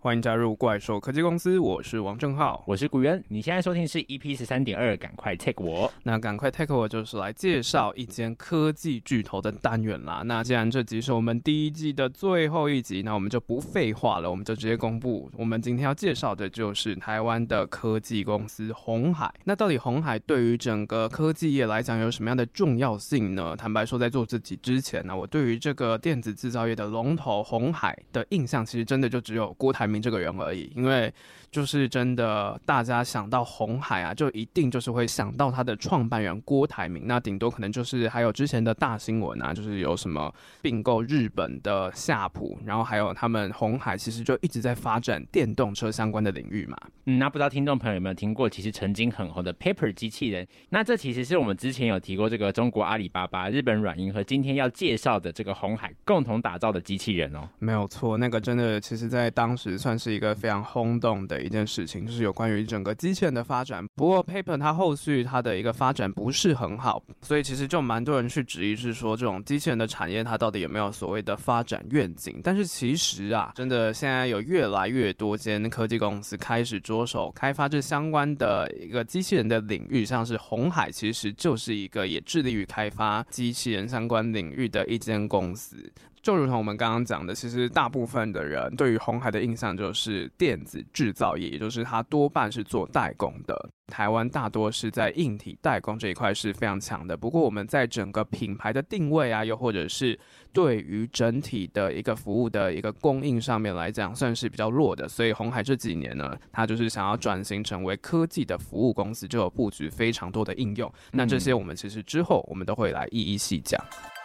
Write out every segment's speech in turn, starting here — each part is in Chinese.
欢迎加入怪兽科技公司，我是王正浩， 我是古元。你现在收听是 EP13.2，赶快 take 我。 那赶快 take 我就是来介绍一间科技巨头的单元啦。那既然这集是我们第一季的最后一集，那我们就不废话了，我们就直接公布，我们今天要介绍的就是台湾的科技公司鸿海。那到底鸿海对于整个科技业来讲有什么样的重要性呢？坦白说，在做这集之前呢，我对于这个电子制造业的龙头鸿海的印象，其实真的就只有郭台铭这个人而已，因为就是真的大家想到鸿海啊，就一定就是会想到他的创办人郭台铭，那顶多可能就是还有之前的大新闻啊，就是有什么并购日本的夏普，然后还有他们鸿海其实就一直在发展电动车相关的领域嘛。 那不知道听众朋友有没有听过，其实曾经很红的 Paper 机器人，那这其实是我们之前有提过这个中国阿里巴巴、日本软银和今天要介绍的这个鸿海共同打造的机器人哦。 没有错，那个真的其实在当时算是一个非常轰动的一件事情，就是有关于整个机器人的发展。不过 Paper 它后续它的一个发展不是很好，所以其实就蛮多人去质疑是说这种机器人的产业它到底有没有所谓的发展愿景。但是其实啊，真的现在有越来越多间科技公司开始着手开发这相关的一个机器人的领域，像是鸿海其实就是一个也致力于开发机器人相关领域的一间公司。就如同我们刚刚讲的，其实大部分的人对于鸿海的印象就是电子制造业，也就是它多半是做代工的。台湾大多是在硬体代工这一块是非常强的，不过我们在整个品牌的定位啊，又或者是对于整体的一个服务的一个供应上面来讲，算是比较弱的。所以鸿海这几年呢，它就是想要转型成为科技的服务公司，就有布局非常多的应用。那这些我们其实之后我们都会来一一细讲。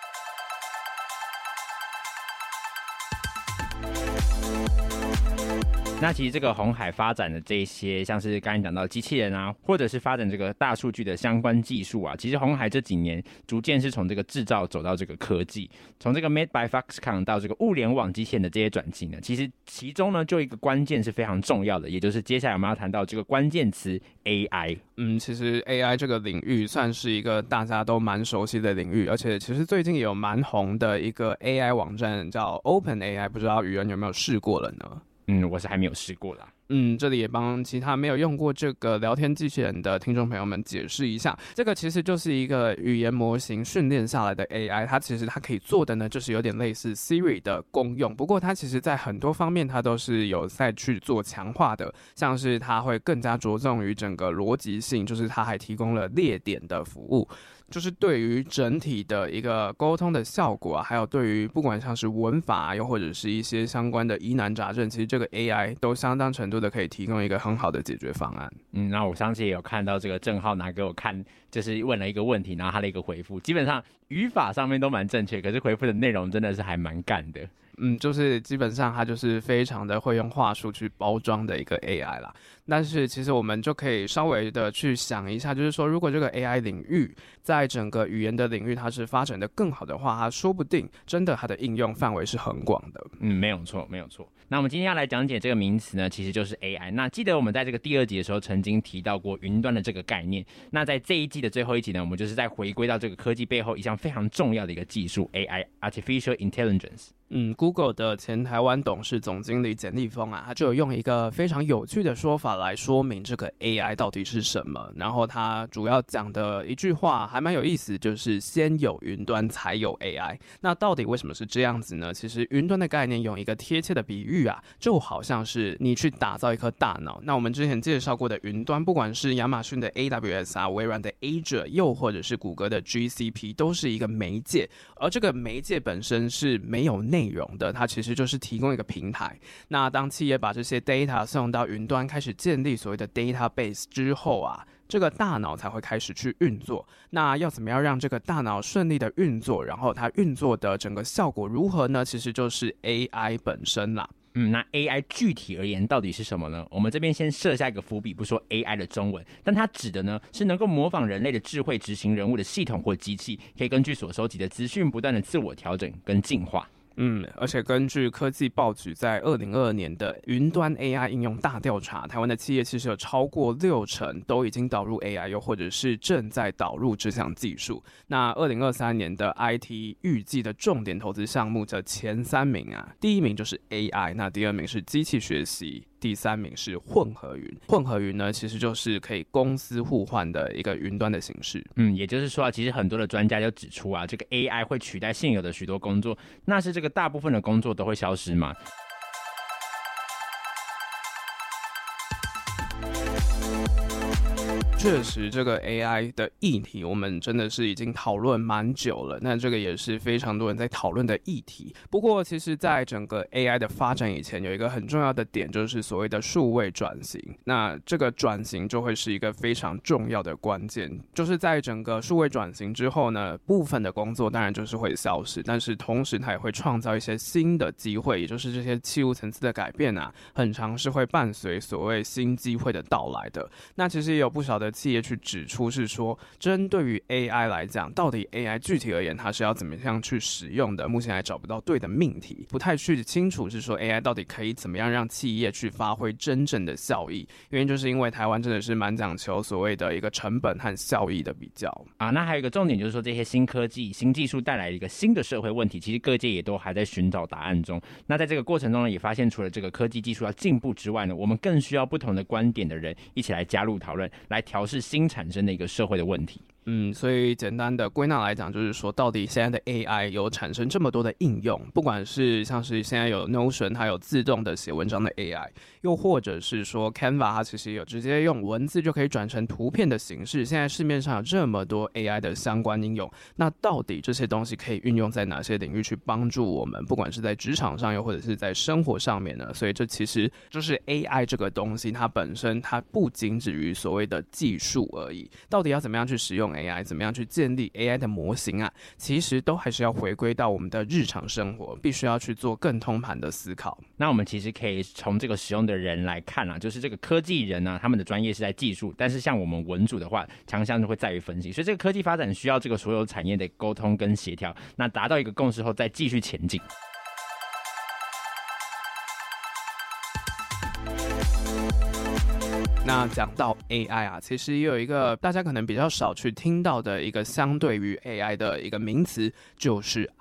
那其实这个鸿海发展的这些，像是刚才讲到机器人啊，或者是发展这个大数据的相关技术啊，其实鸿海这几年逐渐是从这个制造走到这个科技，从这个 Made by Foxconn 到这个物联网机器人的这些转型呢，其实其中呢就一个关键是非常重要的，也就是接下来我们要谈到这个关键词 AI。 其实 AI 这个领域算是一个大家都蛮熟悉的领域，而且其实最近也有蛮红的一个 AI 网站叫 OpenAI， 不知道宇恩有没有试过了呢？ 我是还没有试过啦。 这里也帮其他没有用过这个聊天机器人的听众朋友们解释一下，这个其实就是一个语言模型训练下来的 AI， 它其实它可以做的呢，就是有点类似 Siri 的功用，不过它其实在很多方面它都是有在去做强化的，像是它会更加着重于整个逻辑性，就是它还提供了列点的服务，就是对于整体的一个沟通的效果啊，还有对于不管像是文法又或者是一些相关的疑难杂症，其实这个 AI 都相当程度的可以提供一个很好的解决方案。 那我上次也有看到这个正浩拿给我看，就是问了一个问题，然后他的一个回复，基本上语法上面都蛮正确，可是回复的内容真的是还蛮干的。 就是基本上它就是非常的会用话术去包装的一个 AI 啦。但是其实我们就可以稍微的去想一下，就是说如果这个 AI 领域在整个语言的领域它是发展的更好的话，它说不定真的它的应用范围是很广的。 没有错，没有错。那我们今天要来讲解这个名词呢，其实就是 AI。那记得我们在这个第2集的时候曾经提到过云端的这个概念。那在这一季的最后一集呢，我们就是在回归到这个科技背后一项非常重要的一个技术 AI Artificial Intelligence。 Google 的前台湾董事总经理简立峰啊，他就有用一个非常有趣的说法来说明这个 AI 到底是什么。然后他主要讲的一句话还蛮有意思，就是先有云端才有 AI。那到底为什么是这样子呢？其实云端的概念用一个贴切的比喻啊，就好像是你去打造一颗大脑。那我们之前介绍过的云端，不管是亚马逊的 AWS 啊、微软的 Azure， 又或者是谷歌的 GCP， 都是一个媒介。而这个媒介本身是没有内容的，它其实就是提供一个平台。那当企业把这些 data 送到云端，开始建立所谓的 database 之后啊，这个大脑才会开始去运作。那要怎么样让这个大脑顺利的运作，然后它运作的整个效果如何呢？其实就是 AI 本身啦。 那 AI 具体而言到底是什么呢？我们这边先设下一个伏笔，不说 AI 的中文，但它指的呢是能够模仿人类的智慧执行任务的系统或机器，可以根据所收集的资讯不断的自我调整跟进化。 而且根据科技报局在2022年的云端 AI 应用大调查，台湾的企业其实有超过60%都已经导入 AI， 又或者是正在导入这项技术。那2023年的 IT 预计的重点投资项目的前3名啊，第1名就是 AI， 那第2名是机器学习，第3名是混合云。混合云呢，其实就是可以公司互换的一个云端的形式。 也就是说其实很多的专家就指出啊，这个 AI 会取代现有的许多工作，那是这个大部分的工作都会消失吗？ 确实，这个 AI 的议题，我们真的是已经讨论蛮久了。那这个也是非常多人在讨论的议题。不过，其实，在整个 AI 的发展以前，有一个很重要的点，就是所谓的数位转型。那这个转型就会是一个非常重要的关键，就是在整个数位转型之后呢，部分的工作当然就是会消失，但是同时它也会创造一些新的机会，也就是这些器物层次的改变啊，很常是会伴随所谓新机会的到来的。那其实也有不少的企业去指出是说，针对于 AI 来讲，到底 AI 具体而言它是要怎么样去使用的，目前还找不到对的命题，不太去清楚是说 AI 到底可以怎么样让企业去发挥真正的效益。原因就是因为台湾真的是蛮讲求所谓的一个成本和效益的比较啊。那还有一个重点就是说，这些新科技、新技术带来一个新的社会问题，其实各界也都还在寻找答案中。那在这个过程中呢，也发现除了这个科技技术要进步之外呢，我们更需要不同的观点的人一起来加入讨论，来调试新产生的一个社会的问题。 所以简单的归纳来讲，就是说，到底现在的 AI 有产生这么多的应用，不管是像是现在有 Notion， 它有自动的写文章的 AI， 又或者是说 Canva， 它其实有直接用文字就可以转成图片的形式。现在市面上有这么多 AI 的相关应用，那到底这些东西可以运用在哪些领域去帮助我们，不管是在职场上，又或者是在生活上面呢？所以这其实就是 AI 这个东西，它本身它不仅止于所谓的技术而已，到底要怎么样去使用AI， 怎么样去建立 AI 的模型啊，其实都还是要回归到我们的日常生活，必须要去做更通盘的思考。 那我们其实可以从这个使用的人来看啊，就是这个科技人啊，他们的专业是在技术，但是像我们文组的话，强项就会在于分析，所以这个科技发展需要这个所有产业的沟通跟协调，那达到一个共识后再继续前进。 那讲到 AI 啊，其实也有一个大家可能比较少去听到的一个相对于 AI 的一个名词，就是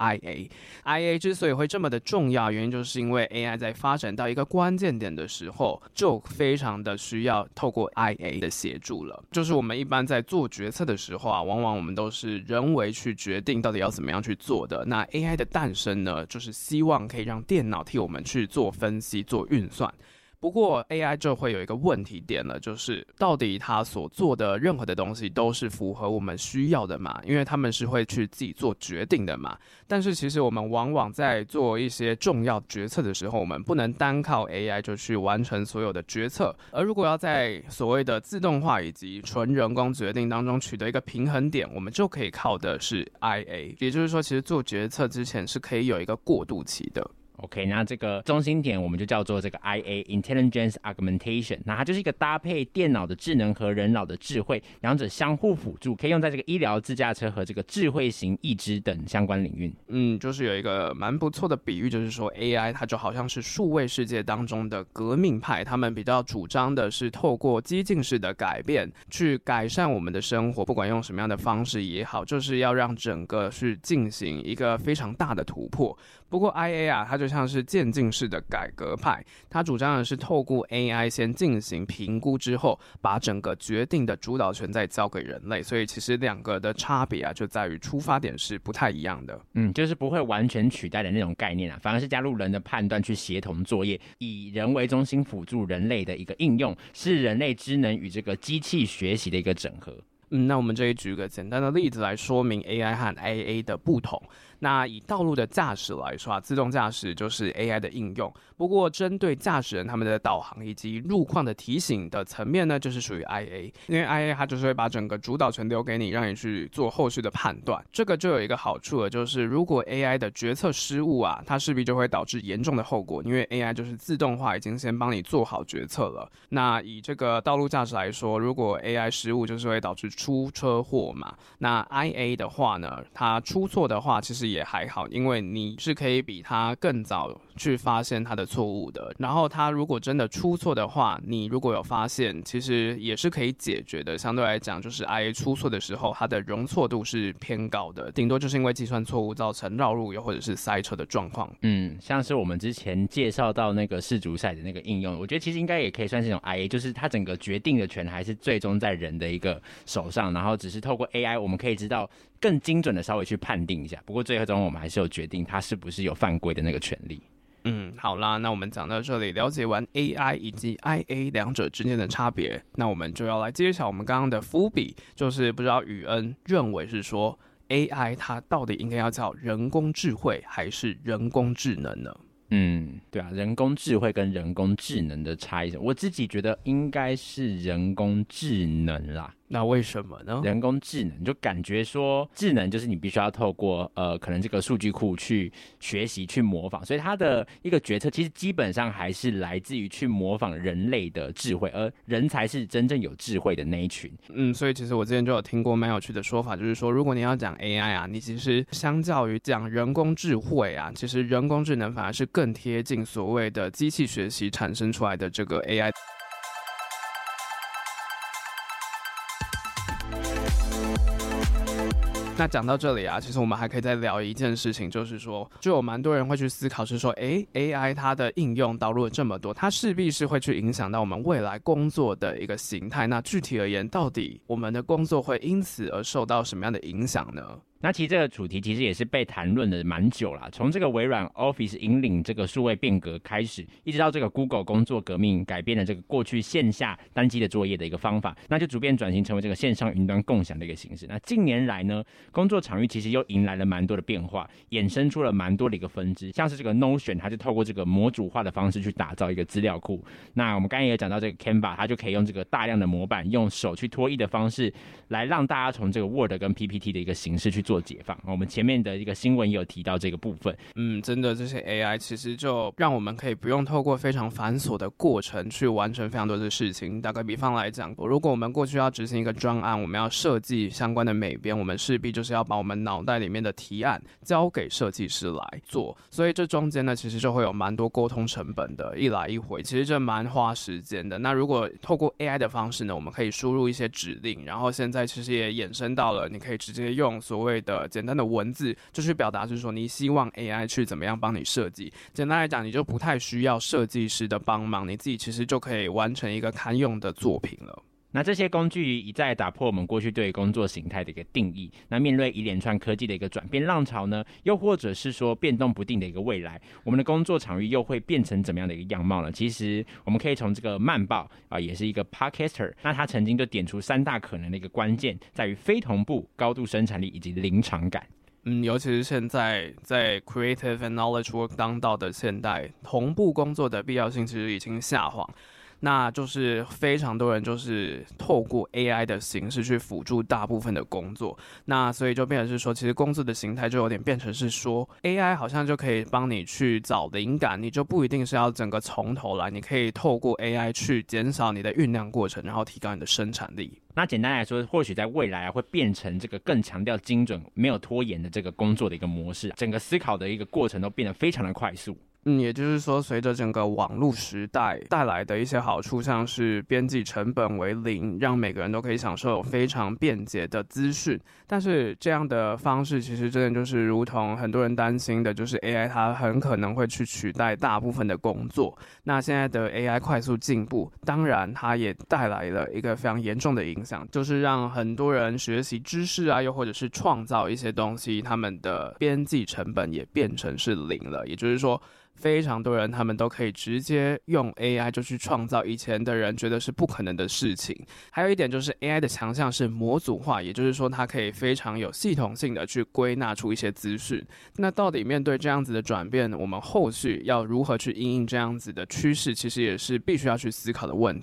IA。IA 之所以会这么的重要，原因就是因为 AI 在发展到一个关键点的时候，就非常的需要透过 IA 的协助了。就是我们一般在做决策的时候啊，往往我们都是人为去决定到底要怎么样去做的。那 AI 的诞生呢，就是希望可以让电脑替我们去做分析、做运算。不过 AI 就会有一个问题点了，就是到底它所做的任何的东西都是符合我们需要的嘛？因为他们是会去自己做决定的嘛。但是其实我们往往在做一些重要决策的时候，我们不能单靠 AI 就去完成所有的决策，而如果要在所谓的自动化以及纯人工决定当中取得一个平衡点，我们就可以靠的是 IA。也就是说，其实做决策之前是可以有一个过渡期的。 OK， 那这个中心点我们就叫做这个 IA Intelligence Augmentation， 那它就是一个搭配电脑的智能和人脑的智慧，两者相互辅助，可以用在这个医疗、自驾车和这个智慧型义肢等相关领域。 就是有一个蛮不错的比喻，就是说 AI 它就好像是数位世界当中的革命派，他们比较主张的是透过激进式的改变去改善我们的生活，不管用什么样的方式也好，就是要让整个去进行一个非常大的突破。不过 IA 啊，它就像是渐进式的改革派，它主张的是透过 AI 先进行评估之后，把整个决定的主导权再交给人类。所以其实两个的差别啊，就在于出发点是不太一样的。 就是不会完全取代的那种概念啊，反而是加入人的判断去协同作业，以人为中心辅助人类的一个应用，是人类智能与这个机器学习的一个整合。 那我们这里举个简单的例子来说明 AI 和 IA 的不同。那以道路的驾驶来说啊，自动驾驶就是 AI 的应用。不过针对驾驶人他们的导航以及路况的提醒的层面呢，就是属于 IA。因为 IA 它就是会把整个主导权留给你，让你去做后续的判断。这个就有一个好处了，就是如果 AI 的决策失误啊，它势必就会导致严重的后果。因为 AI 就是自动化已经先帮你做好决策了。那以这个道路驾驶来说，如果 AI 失误就是会导致出车祸嘛。那 IA 的话呢，它出错的话，其实也还好，因为你是可以比他更早去发现他的错误的，然后他如果真的出错的话，你如果有发现，其实也是可以解决的。相对来讲，就是 IA 出错的时候，它的容错度是偏高的，顶多就是因为计算错误造成绕路又或者是塞车的状况。 像是我们之前介绍到那个世足赛的那个应用，我觉得其实应该也可以算是一种 IA， 就是它整个决定的权还是最终在人的一个手上，然后只是透过 AI 我们可以知道更精准的稍微去判定一下，不过最终我们还是有决定它是不是有犯规的那个权利。 好啦，那我们讲到这里，了解完 AI 以及 IA 两者之间的差别，那我们就要来揭晓我们刚刚的伏笔，就是不知道宇恩认为是说 AI 它到底应该要叫人工智慧还是人工智能呢？ 对啊，人工智慧跟人工智能的差异，我自己觉得应该是人工智能啦。 那为什么呢？ 人工智能就感觉说，智能就是你必须要透过可能这个数据库去学习、去模仿，所以它的一个决策其实基本上还是来自于去模仿人类的智慧，而人才是真正有智慧的那一群。 所以其实我之前就有听过蛮有趣的说法，就是说，如果你要讲 AI 啊，你其实相较于讲人工智慧啊，其实人工智能反而是更贴近所谓的机器学习产生出来的这个 AI。那讲到这里啊，其实我们还可以再聊一件事情，就是说，就有蛮多人会去思考，是说，AI 它的应用导入了这么多，它势必是会去影响到我们未来工作的一个形态。那具体而言，到底我们的工作会因此而受到什么样的影响呢？ 那其实这个主题其实也是被谈论的蛮久啦，从这个微软 Office 引领这个数位变革开始，一直到这个 Google 工作革命改变了这个过去线下单机的作业的一个方法，那就逐渐转型成为这个线上云端共享的一个形式。那近年来呢，工作场域其实又迎来了蛮多的变化，衍生出了蛮多的一个分支，像是这个 Notion 它就透过这个模组化的方式去打造一个资料库。那我们刚才也讲到这个 Canva， 它就可以用这个大量的模板，用手去拖曳的方式来让大家从这个 Word 跟 PPT 的一个形式去做解放。我们前面的一个新闻也有提到这个部分。 真的，这些 AI 其实就让我们可以不用透过非常繁琐的过程去完成非常多的事情。打个比方来讲，如果我们过去要执行一个专案，我们要设计相关的美编，我们势必就是要把我们脑袋里面的提案交给设计师来做，所以这中间呢，其实就会有蛮多沟通成本的，一来一回，其实这蛮花时间的。那如果透过 AI 的方式呢，我们可以输入一些指令，然后现在其实也衍生到了，你可以直接用所谓的简单的文字就去表达，就是说你希望 AI 去怎么样帮你设计。简单来讲，你就不太需要设计师的帮忙，你自己其实就可以完成一个堪用的作品了。 那这些工具一再打破我们过去对工作形态的一个定义，那面对一连串科技的一个转变浪潮呢，又或者是说变动不定的一个未来，我们的工作场域又会变成怎么样的一个样貌呢？其实我们可以从这个慢报也是一个 podcaster， 那他曾经就点出3大可能的一个关键，在于非同步、高度生产力以及临场感。 尤其是现在在 creative and knowledge work 当道的现代，同步工作的必要性其实已经下滑。那就是非常多人就是透过 AI 的形式去辅助大部分的工作，那所以就变成是说，其实工作的形态就有点变成是说 AI 好像就可以帮你去找灵感，你就不一定是要整个从头来，你可以透过 AI 去减少你的酝酿过程，然后提高你的生产力。 那简单来说，或许在未来会变成这个更强调精准、没有拖延的这个工作的一个模式，整个思考的一个过程都变得非常的快速。 也就是说，随着整个网络时代带来的一些好处，像是编辑成本为零，让每个人都可以享受非常便捷的资讯。但是这样的方式其实真的就是如同很多人担心的，就是 AI 它很可能会去取代大部分的工作。那现在的 AI 快速进步，当然它也带来了一个非常严重的影响，就是让很多人学习知识啊，又或者是创造一些东西，他们的编辑成本也变成是零了。也就是说，非常多人他们都可以直接用 AI 就去创造以前的人觉得是不可能的事情。还有一点就是 AI 的强项是模组化，也就是说它可以非常有系统性的去归纳出一些资讯。那到底面对这样子的转变，我们后续要如何去因应这样子的趋势，其实也是必须要去思考的问题。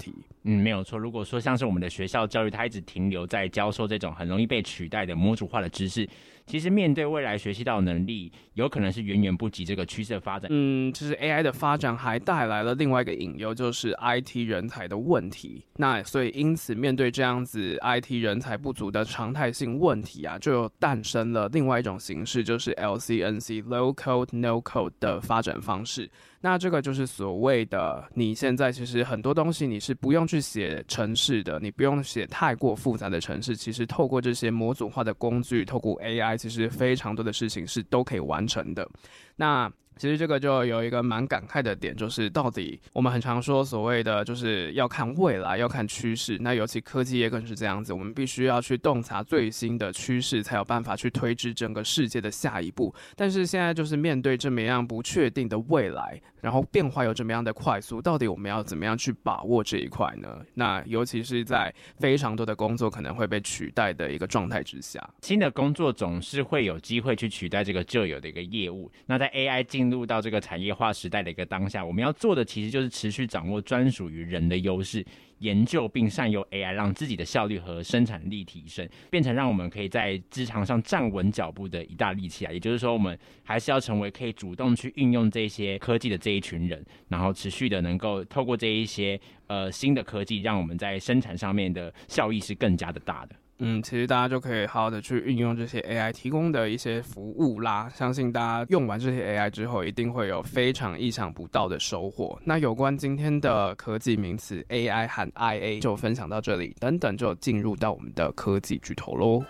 没有错。如果说像是我们的学校教育，它一直停留在教授这种很容易被取代的模组化的知识，其实面对未来学习到的能力，有可能是远远不及这个趋势的发展。 其实 AI 的发展还带来了另外一个隐忧，就是 IT 人才的问题。那所以因此面对这样子 IT 人才不足的常态性问题啊，就诞生了另外一种形式，就是 LCNC Low Code No Code 的发展方式。那这个就是所谓的，你现在其实很多东西你是不用去写程式的，你不用写太过复杂的程式，其实透过这些模组化的工具，透过 AI， 其实非常多的事情是都可以完成的。那其实这个就有一个蛮感慨的点，就是到底我们很常说所谓的就是要看未来，要看趋势，那尤其科技业更是这样子，我们必须要去洞察最新的趋势，才有办法去推知整个世界的下一步。但是现在就是面对这么样不确定的未来，然后变化有这么样的快速，到底我们要怎么样去把握这一块呢？那尤其是在非常多的工作可能会被取代的一个状态之下， 新的工作总是会有机会去取代这个旧有的一个业务。那在 AI 进入到这个产业化时代的一个当下，我们要做的其实就是持续掌握专属于人的优势，研究并善用 AI， 让自己的效率和生产力提升，变成让我们可以在职场上站稳脚步的一大利器啊。也就是说，我们还是要成为可以主动去运用这些科技的这一群人，然后持续的能够透过这一些新的科技，让我们在生产上面的效益是更加的大的。 其实大家就可以好好的去运用这些 AI 提供的一些服务啦，相信大家用完这些 AI 之后，一定会有非常意想不到的收获。那有关今天的科技名词 AI 和 IA 就分享到这里，等等就进入到我们的科技巨头咯。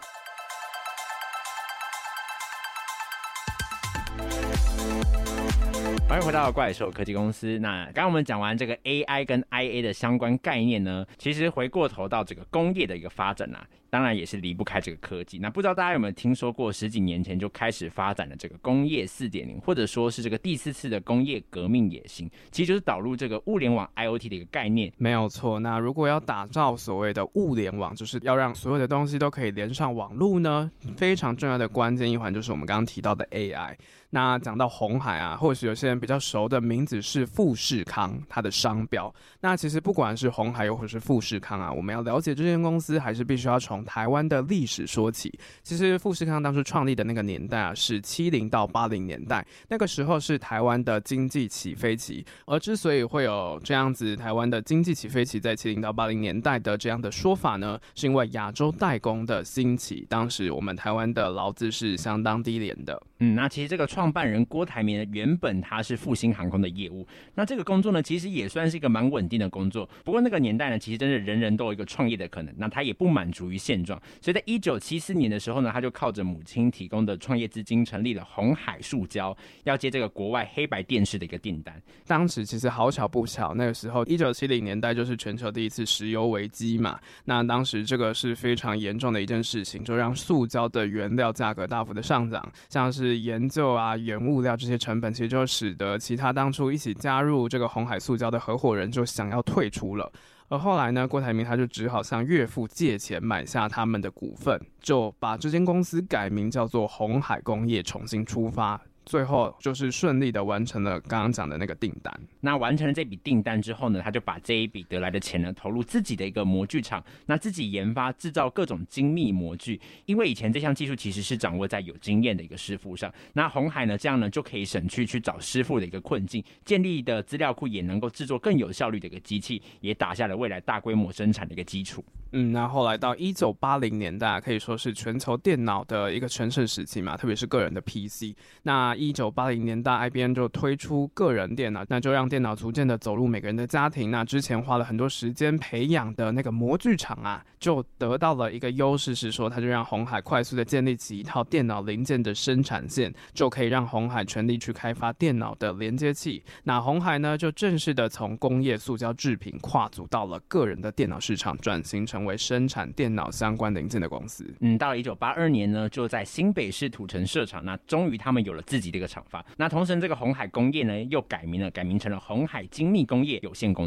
欢迎回到怪兽科技公司。那刚刚我们讲完这个 AI 跟 IA 的相关概念呢，其实回过头到这个工业的一个发展啊，当然也是离不开这个科技。那不知道大家有没有听说过10几年前就开始发展的这个工业 4.0， 或者说是这个第4次的工业革命野心，其实就是导入这个物联网 IoT 的一个概念。 没有错。那如果要打造所谓的物联网，就是要让所有的东西都可以连上网路呢，非常重要的关键一环就是我们刚刚提到的 AI。那讲到鸿海啊，或许有些人比较熟的名字是富士康，它的商标。那其实不管是鸿海又或是富士康啊，我们要了解这间公司，还是必须要从台湾的历史说起。其实富士康当初创立的那个年代啊，是70到80年代，那个时候是台湾的经济起飞期。而之所以会有这样子台湾的经济起飞期在70到80年代的这样的说法呢，是因为亚洲代工的兴起，当时我们台湾的劳资是相当低廉的。 那其实这个创办人郭台铭呢，原本他是复兴航空的业务，那这个工作呢，其实也算是一个蛮稳定的工作。不过那个年代呢，其实真的人人都有一个创业的可能，那他也不满足于现状，所以在1974年的时候呢，他就靠着母亲提供的创业资金，成立了鸿海塑胶，要接这个国外黑白电视的一个订单。 当时其实好巧不巧，那个时候1970年代就是全球第一次石油危机嘛，那当时这个是非常严重的一件事情，就让塑胶的原料价格大幅的上涨，像是研究啊、原物料这些成本，其实就使得其他当初一起加入这个鸿海塑胶的合伙人就想要退出了。而后来呢，郭台铭他就只好向岳父借钱买下他们的股份，就把这间公司改名叫做鸿海工业，重新出发。最后就是顺利的完成了刚刚讲的那个订单。 那完成了这笔订单之后呢，他就把这一笔得来的钱呢，投入自己的一个模具厂，那自己研发制造各种精密模具。因为以前这项技术其实是掌握在有经验的一个师傅上，那鸿海呢这样呢就可以省去去找师傅的一个困境，建立的资料库也能够制作更有效率的一个机器，也打下了未来大规模生产的一个基础。 那后来到1980年代，可以说是全球电脑的一个全盛时期嘛，特别是个人的 PC。那1980年代 IBM 就推出个人电脑，那就让电脑逐渐的走入每个人的家庭。那之前花了很多时间培养的那个模具厂啊，就得到了一个优势，是说它就让鸿海快速的建立起一套电脑零件的生产线，就可以让鸿海全力去开发电脑的连接器。那鸿海呢，就正式的从工业塑胶制品跨足到了个人的电脑市场，转型成为生产电脑相关零件的公司。 到了1982年呢，就在新北市土城设厂，那终于他们有了自己的一个厂房。那同时这个鸿海工业呢，又改名成了鸿海精密工业有限公司。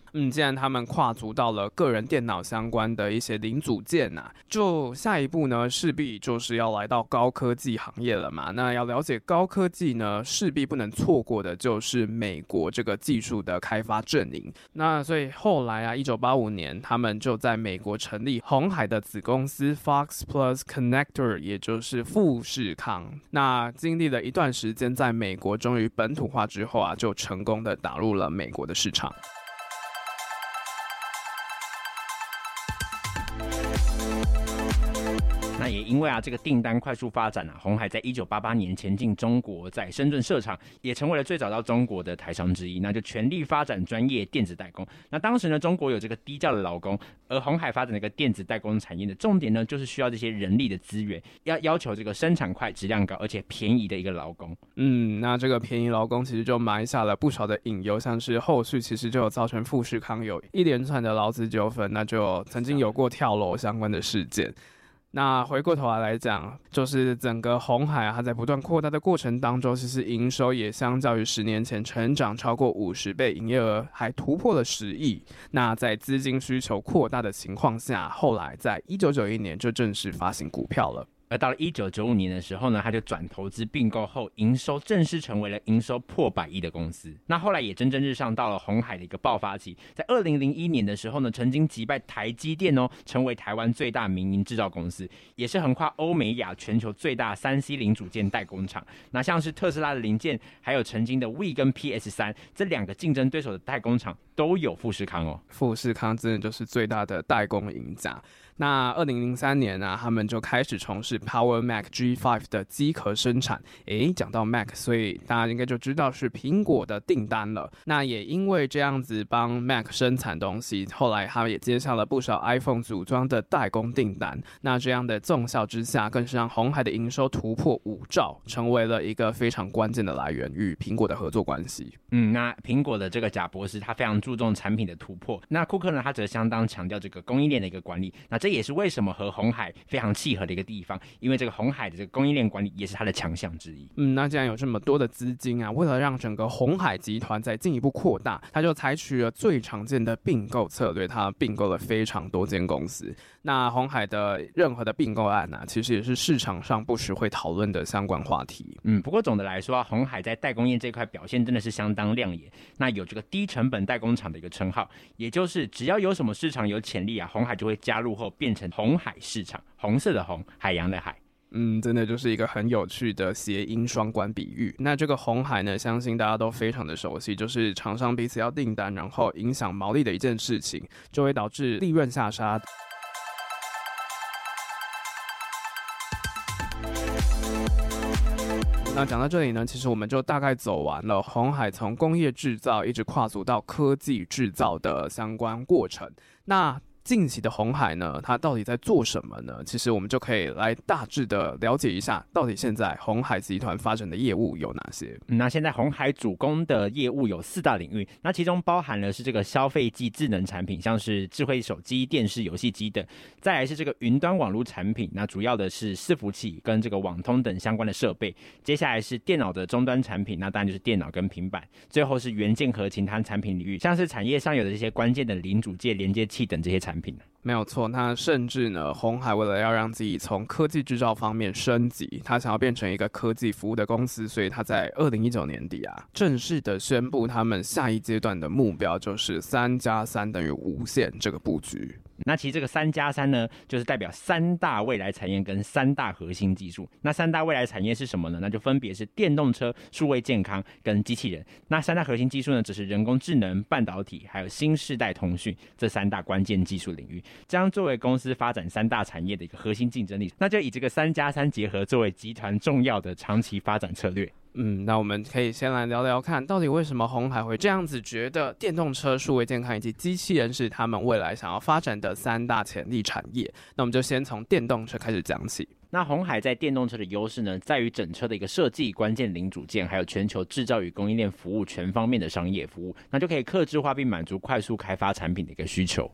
既然他们跨足到了个人电脑相关的一些零组件就下一步呢，势必就是要来到高科技行业了嘛。那要了解高科技呢，势必不能错过的就是美国这个技术的开发阵营。那所以后来1985年，他们就在美国成立鸿海的子公司 Fox Plus Connector， 也就是富士康。那经历了一段时间在美国终于本土化之后就成功的打入了美国的市场。 那也因为这个订单快速发展鸿海在1988年前进中国，在深圳设厂，也成为了最早到中国的台商之一。那就全力发展专业电子代工。那当时呢，中国有这个低价的劳工，而鸿海发展这个电子代工产业的重点呢，就是需要这些人力的资源，要求这个生产快、质量高，而且便宜的一个劳工。 那这个便宜劳工其实就埋下了不少的隐忧，像是后续其实就有造成富士康有一连串的劳资纠纷，那就曾经有过跳楼相关的事件。那回过头来讲，就是整个鸿海它在不断扩大的过程当中，其实营收也相较于10年前成长超过50倍，营业额还突破了10亿。那在资金需求扩大的情况下，后来在1991年就正式发行股票了。 而到了1995年的时候呢，他就转投资并购后，营收正式成为了营收破100亿的公司。那后来也蒸蒸日上，到了鸿海的一个爆发期，在2001年的时候呢，曾经击败台积电成为台湾最大民营制造公司，也是横跨欧美亚全球最大 3C 零组件代工厂。那像是特斯拉的零件，还有曾经的 Wii 跟 PS3 这2个竞争对手的代工厂都有富士康富士康真的就是最大的代工赢家。那2003年他们就开始从事 Power Mac G5 的机壳生产。讲到 Mac， 所以大家应该就知道是苹果的订单了。那也因为这样子帮 Mac 生产东西，后来他们也接下了不少 iPhone 组装的代工订单。那这样的纵效之下，更是让鸿海的营收突破5兆，成为了一个非常关键的来源与苹果的合作关系。 那苹果的这个贾博士他非常注重产品的突破，那库克呢，他则相当强调这个供应链的一个管理。那这也是为什么和鸿海非常契合的一个地方，因为这个鸿海的这个供应链管理也是他的强项之一。 那既然有这么多的资金为了让整个鸿海集团再进一步扩大，他就采取了最常见的并购策略，他并购了非常多间公司。那鸿海的任何的并购案其实也是市场上不时会讨论的相关话题。 不过总的来说鸿海在代工业这块表现真的是相当亮眼。那有这个低成本代工厂的一个称号，也就是只要有什么市场有潜力鸿海就会加入后变成鸿海市场，红色的红，海洋的海。 真的就是一个很有趣的谐音双关比喻。那这个鸿海呢，相信大家都非常的熟悉，就是厂商彼此要订单，然后影响毛利的一件事情，就会导致利润下杀。那讲到这里呢，其实我们就大概走完了鸿海从工业制造一直跨足到科技制造的相关过程。那近期的鸿海呢，它到底在做什么呢？其实我们就可以来大致的了解一下，到底现在鸿海集团发展的业务有哪些。 那现在鸿海主攻的业务有4大领域，那其中包含了是这个消费级智能产品，像是智慧手机、电视、游戏机等；再来是这个云端网络产品，那主要的是伺服器跟这个网通等相关的设备；接下来是电脑的终端产品，那当然就是电脑跟平板；最后是元件和其他产品领域，像是产业上有的这些关键的零组件、连接器等这些产品。 没有错，那甚至呢，鸿海为了要让自己从科技制造方面升级，他想要变成一个科技服务的公司，所以他在2019年底正式的宣布他们下一阶段的目标就是3+3等于无限这个布局。 那其实这个3+3呢，就是代表3大未来产业跟3大核心技术。那3大未来产业是什么呢？那就分别是电动车、数位健康跟机器人。那3大核心技术呢，只是人工智能、半导体还有新世代通讯这3大关键技术领域，将作为公司发展3大产业的一个核心竞争力。那就以这个3+3结合作为集团重要的长期发展策略。 那我们可以先来聊聊看，到底为什么鸿海会这样子觉得电动车、数位健康以及机器人是他们未来想要发展的3大潜力产业。那我们就先从电动车开始讲起。 那鸿海在电动车的优势呢，在于整车的一个设计、关键零组件，还有全球制造与供应链服务全方面的商业服务，那就可以客制化并满足快速开发产品的一个需求。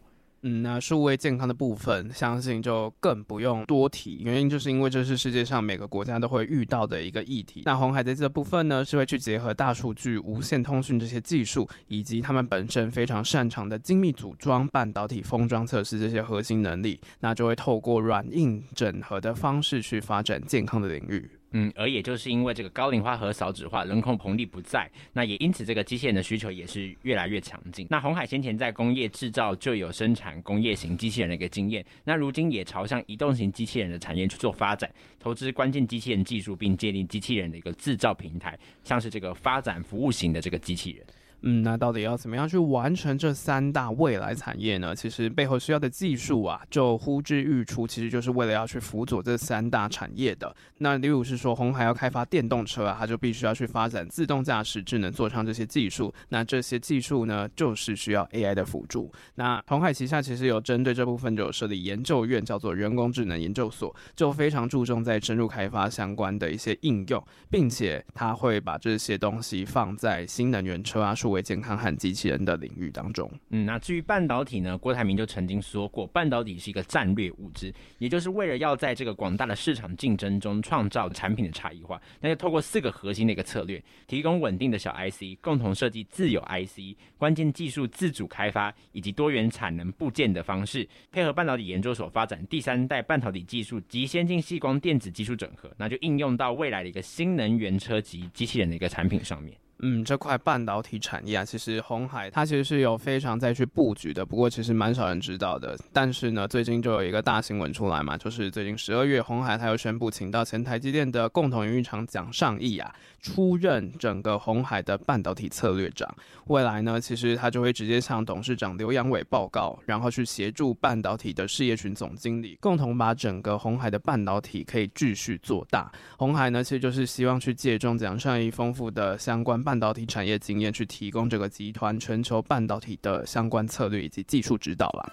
那数位健康的部分，相信就更不用多提，原因就是因为这是世界上每个国家都会遇到的一个议题。那鸿海在这部分呢，是会去结合大数据、无线通讯这些技术，以及他们本身非常擅长的精密组装、半导体封装测试这些核心能力，那就会透过软硬整合的方式去发展健康的领域。 而也就是因为这个高龄化和少子化，人口红利不在，那也因此这个机器人的需求也是越来越强劲。那鸿海先前在工业制造就有生产工业型机器人的一个经验，那如今也朝向移动型机器人的产业去做发展，投资关键机器人技术，并建立机器人的一个制造平台，像是这个发展服务型的这个机器人。 那到底要怎么样去完成这3大未来产业呢？其实背后需要的技术啊，就呼之欲出，其实就是为了要去辅佐这3大产业的。那例如是说，鸿海要开发电动车啊，它就必须要去发展自动驾驶、智能座舱这些技术。那这些技术呢，就是需要 AI 的辅助。那鸿海旗下其实有针对这部分就有设立研究院，叫做人工智能研究所，就非常注重在深入开发相关的一些应用，并且它会把这些东西放在新能源车啊、数位健康和机器人的领域当中。 那至于半导体呢，郭台铭就曾经说过，半导体是一个战略物资，也就是为了要在这个广大的市场竞争中创造产品的差异化，那就透过4个核心的一个策略，提供稳定的小 IC， 共同设计自有 IC， 关键技术自主开发，以及多元产能部件的方式，配合半导体研究所发展第3代半导体技术及先进矽光电子技术整合，那就应用到未来的一个新能源车及机器人的一个产品上面。 这块半导体产业啊，其实鸿海它其实是有非常在去布局的，不过其实蛮少人知道的。但是呢，最近就有一个大新闻出来嘛，就是最近12月，鸿海它又宣布请到前台积电的共同营运长蒋尚义啊，出任整个鸿海的半导体策略长。未来呢，其实他就会直接向董事长刘扬伟报告，然后去协助半导体的事业群总经理，共同把整个鸿海的半导体可以继续做大。鸿海呢，其实就是希望去借重蒋尚义丰富的相关半导体产业经验，去提供这个集团全球半导体的相关策略以及技术指导啦。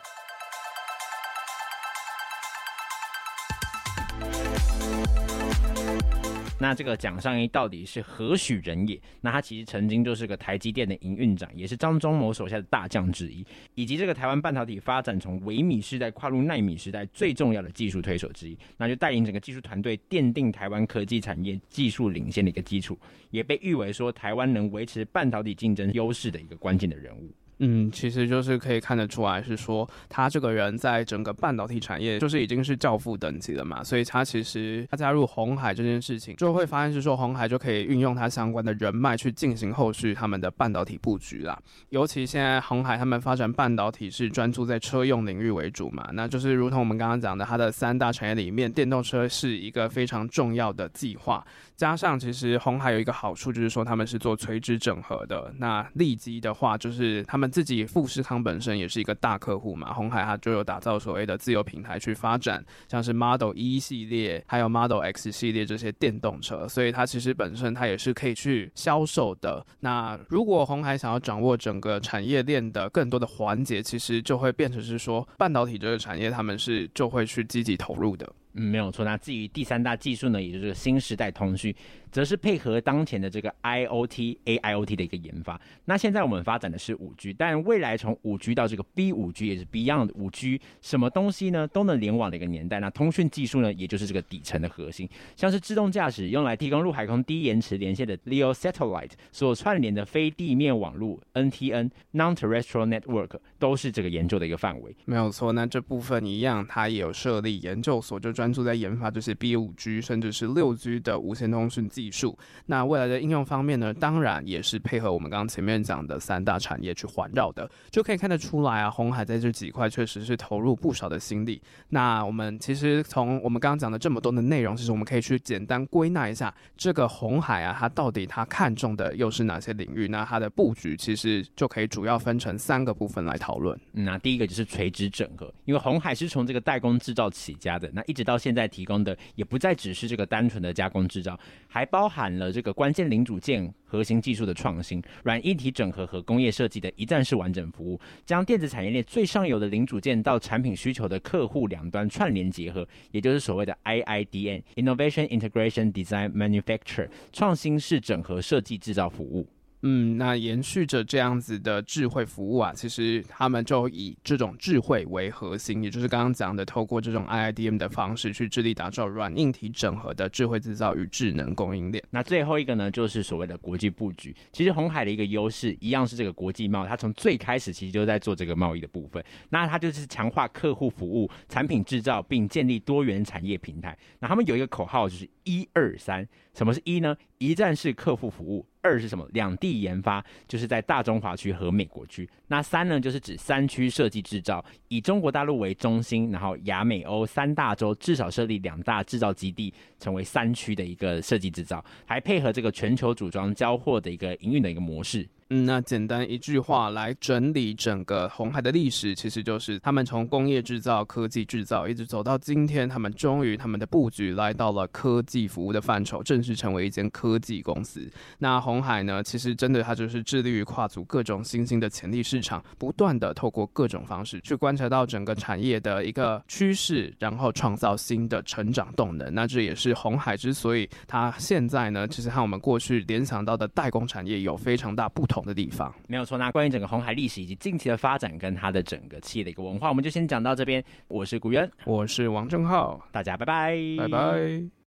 那这个蒋尚义到底是何许人也？那他其实曾经就是个台积电的营运长，也是张忠谋手下的大将之一，以及这个台湾半导体发展从微米时代跨入奈米时代最重要的技术推手之一。那就带领整个技术团队奠定台湾科技产业技术领先的一个基础，也被誉为说台湾能维持半导体竞争优势的一个关键的人物。 其实就是可以看得出来，是说他这个人在整个半导体产业就是已经是教父等级了嘛，所以他其实他加入鸿海这件事情，就会发现是说鸿海就可以运用他相关的人脉去进行后续他们的半导体布局啦。尤其现在鸿海他们发展半导体是专注在车用领域为主嘛，那就是如同我们刚刚讲的，它的3大产业里面，电动车是一个非常重要的计划。加上其实鸿海有一个好处，就是说他们是做垂直整合的。那利基的话，就是他们自己富士康本身也是一个大客户嘛，鸿海它就有打造所谓的自有平台去发展，像是 Model E 系列还有 Model X 系列这些电动车，所以它其实本身它也是可以去销售的。那如果鸿海想要掌握整个产业链的更多的环节，其实就会变成是说半导体这个产业他们是就会去积极投入的。 没有错。那至于第3大技术呢，也就是新时代通讯，则是配合当前的这个 IoT、AIoT 的一个研发。那现在我们发展的是 5G， 但未来从 5G 到这个 B5G， 也是 Beyond 5G， 什么东西呢都能联网的一个年代。那通讯技术呢，也就是这个底层的核心，像是自动驾驶用来提供陆海空低延迟连线的 LEO Satellite 所串联的非地面网络 NTN Non-Terrestrial Network， 都是这个研究的一个范围。 没有错。那这部分一样，它也有设立研究所，就专注在研发这些 B5G 甚至是6G 的无线通讯技术。那未来的应用方面呢，当然也是配合我们刚刚前面讲的3大产业去环绕的，就可以看得出来啊，鸿海在这几块确实是投入不少的心力。那我们其实从我们刚刚讲的这么多的内容，其实我们可以去简单归纳一下，这个鸿海啊，它到底它看重的又是哪些领域？那它的布局其实就可以主要分成3个部分来讨论。 那第一个就是垂直整合，因为鸿海是从这个代工制造起家的，那一直到现在提供的也不再只是这个单纯的加工制造，还包含了这个关键零组件核心技术的创新、软硬体整合和工业设计的一站式完整服务，将电子产业链最上游的零组件到产品需求的客户两端串联结合，也就是所谓的 IIDN Innovation Integration Design Manufacture 创新式整合设计制造服务。 那延续着这样子的智慧服务啊，其实他们就以这种智慧为核心，也就是刚刚讲的，透过这种 IIDM 的方式去致力打造软硬体整合的智慧制造与智能供应链。 那最后一个呢，就是所谓的国际布局。其实鸿海的一个优势一样是这个国际贸易，它从最开始其实就在做这个贸易的部分。那它就是强化客户服务、产品制造，并建立多元产业平台。那他们有一个口号就是123，什么是一呢？一站式客户服务。2是什么？两地研发，就是在大中华区和美国区。那3呢，就是指3区设计制造，以中国大陆为中心，然后亚美欧3大洲至少设立2大制造基地，成为3区的一个设计制造，还配合这个全球组装交货的一个营运的一个模式。 那简单一句话来整理整个鸿海的历史，其实就是他们从工业制造、科技制造，一直走到今天，他们终于他们的布局来到了科技服务的范畴，正式成为一间科技公司。那鸿海呢，其实真的它就是致力于跨足各种新兴的潜力市场，不断的透过各种方式去观察到整个产业的一个趋势，然后创造新的成长动能。那这也是鸿海之所以它现在呢，其实和我们过去联想到的代工产业有非常大不同的地方。 没有错。那关于整个鸿海历史以及近期的发展跟它的整个企业的一个文化，我们就先讲到这边。我是古元， 我是王正浩， 大家拜拜， 拜拜。